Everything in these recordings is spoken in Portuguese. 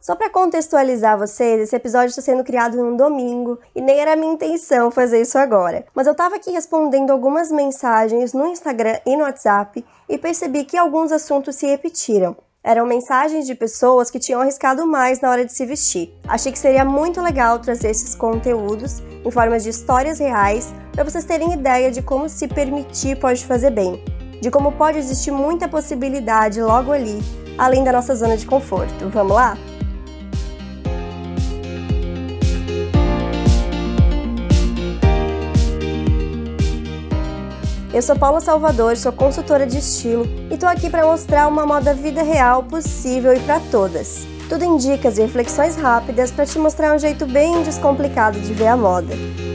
Só para contextualizar vocês, esse episódio está sendo criado num domingo e nem era minha intenção fazer isso agora. Mas eu estava aqui respondendo algumas mensagens no Instagram e no WhatsApp e percebi que alguns assuntos se repetiram. Eram mensagens de pessoas que tinham arriscado mais na hora de se vestir. Achei que seria muito legal trazer esses conteúdos em forma de histórias reais para vocês terem ideia de como se permitir pode fazer bem, de como pode existir muita possibilidade logo ali, além da nossa zona de conforto. Vamos lá? Eu sou Paula Salvador, sou consultora de estilo e tô aqui para mostrar uma moda vida real possível e para todas. Tudo em dicas e reflexões rápidas para te mostrar um jeito bem descomplicado de ver a moda.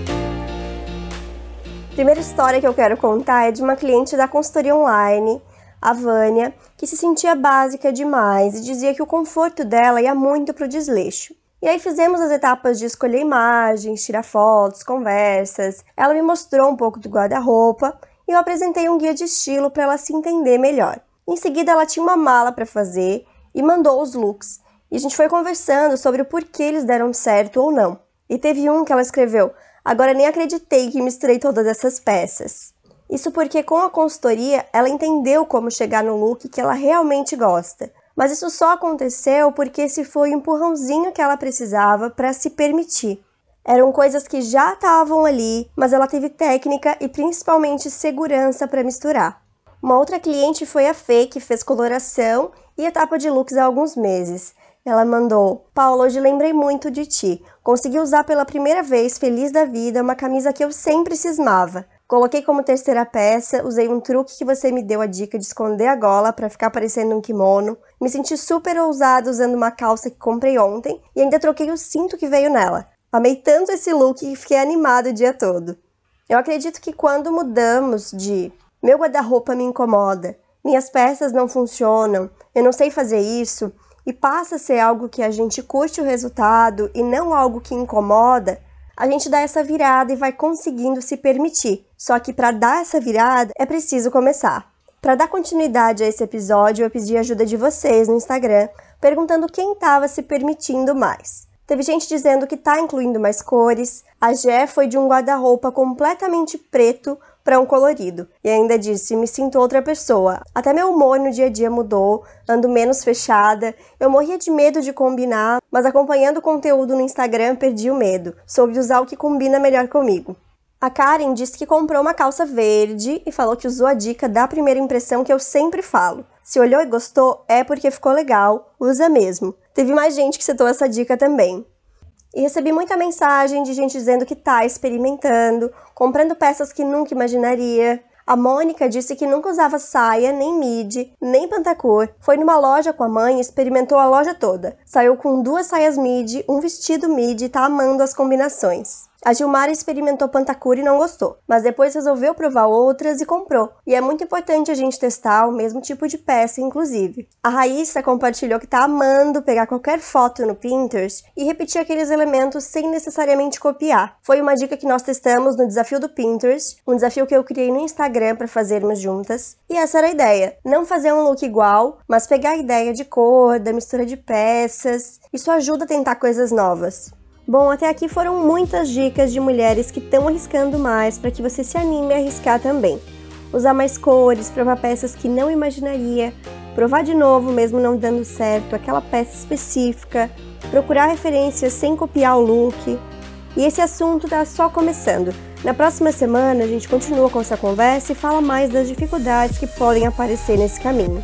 A primeira história que eu quero contar é de uma cliente da consultoria online, a Vânia, que se sentia básica demais e dizia que o conforto dela ia muito pro desleixo. E aí fizemos as etapas de escolher imagens, tirar fotos, conversas. Ela me mostrou um pouco do guarda-roupa e eu apresentei um guia de estilo para ela se entender melhor. Em seguida, ela tinha uma mala para fazer e mandou os looks. E a gente foi conversando sobre o porquê eles deram certo ou não. E teve um que ela escreveu: "Agora nem acreditei que misturei todas essas peças." Isso porque com a consultoria, ela entendeu como chegar no look que ela realmente gosta. Mas isso só aconteceu porque esse foi o empurrãozinho que ela precisava para se permitir. Eram coisas que já estavam ali, mas ela teve técnica e principalmente segurança para misturar. Uma outra cliente foi a Fê, que fez coloração e etapa de looks há alguns meses. Ela mandou: "Paula, hoje lembrei muito de ti. Consegui usar pela primeira vez, feliz da vida, uma camisa que eu sempre cismava. Coloquei como terceira peça, usei um truque que você me deu a dica de esconder a gola para ficar parecendo um kimono. Me senti super ousada usando uma calça que comprei ontem e ainda troquei o cinto que veio nela. Amei tanto esse look que fiquei animada o dia todo." Eu acredito que quando mudamos de "meu guarda-roupa me incomoda", "minhas peças não funcionam", "eu não sei fazer isso", e passa a ser algo que a gente curte o resultado e não algo que incomoda, a gente dá essa virada e vai conseguindo se permitir. Só que para dar essa virada é preciso começar. Para dar continuidade a esse episódio, eu pedi a ajuda de vocês no Instagram, perguntando quem estava se permitindo mais. Teve gente dizendo que tá incluindo mais cores. A Gé foi de um guarda-roupa completamente preto para um colorido. E ainda disse: "me sinto outra pessoa. Até meu humor no dia a dia mudou, ando menos fechada. Eu morria de medo de combinar, mas acompanhando o conteúdo no Instagram perdi o medo. Soube usar o que combina melhor comigo." A Karen disse que comprou uma calça verde e falou que usou a dica da primeira impressão que eu sempre falo: se olhou e gostou, é porque ficou legal, usa mesmo. Teve mais gente que citou essa dica também. E recebi muita mensagem de gente dizendo que tá experimentando, comprando peças que nunca imaginaria. A Mônica disse que nunca usava saia, nem midi, nem pantacor. Foi numa loja com a mãe e experimentou a loja toda. Saiu com 2 saias midi, um vestido midi e tá amando as combinações. A Gilmara experimentou pantacur e não gostou, mas depois resolveu provar outras e comprou. E é muito importante a gente testar o mesmo tipo de peça, inclusive. A Raíssa compartilhou que tá amando pegar qualquer foto no Pinterest e repetir aqueles elementos sem necessariamente copiar. Foi uma dica que nós testamos no desafio do Pinterest, um desafio que eu criei no Instagram para fazermos juntas. E essa era a ideia, não fazer um look igual, mas pegar a ideia de cor, da mistura de peças. Isso ajuda a tentar coisas novas. Bom, até aqui foram muitas dicas de mulheres que estão arriscando mais para que você se anime a arriscar também. Usar mais cores, provar peças que não imaginaria, provar de novo mesmo não dando certo aquela peça específica, procurar referências sem copiar o look. E esse assunto está só começando. Na próxima semana a gente continua com essa conversa e fala mais das dificuldades que podem aparecer nesse caminho.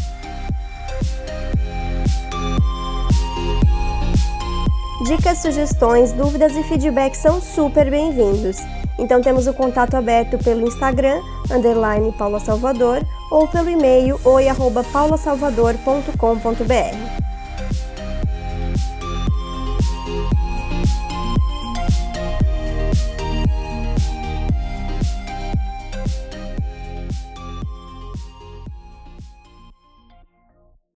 Dicas, sugestões, dúvidas e feedback são super bem-vindos. Então temos o contato aberto pelo Instagram, _Paula Salvador, ou pelo e-mail oi@paulasalvador.com.br.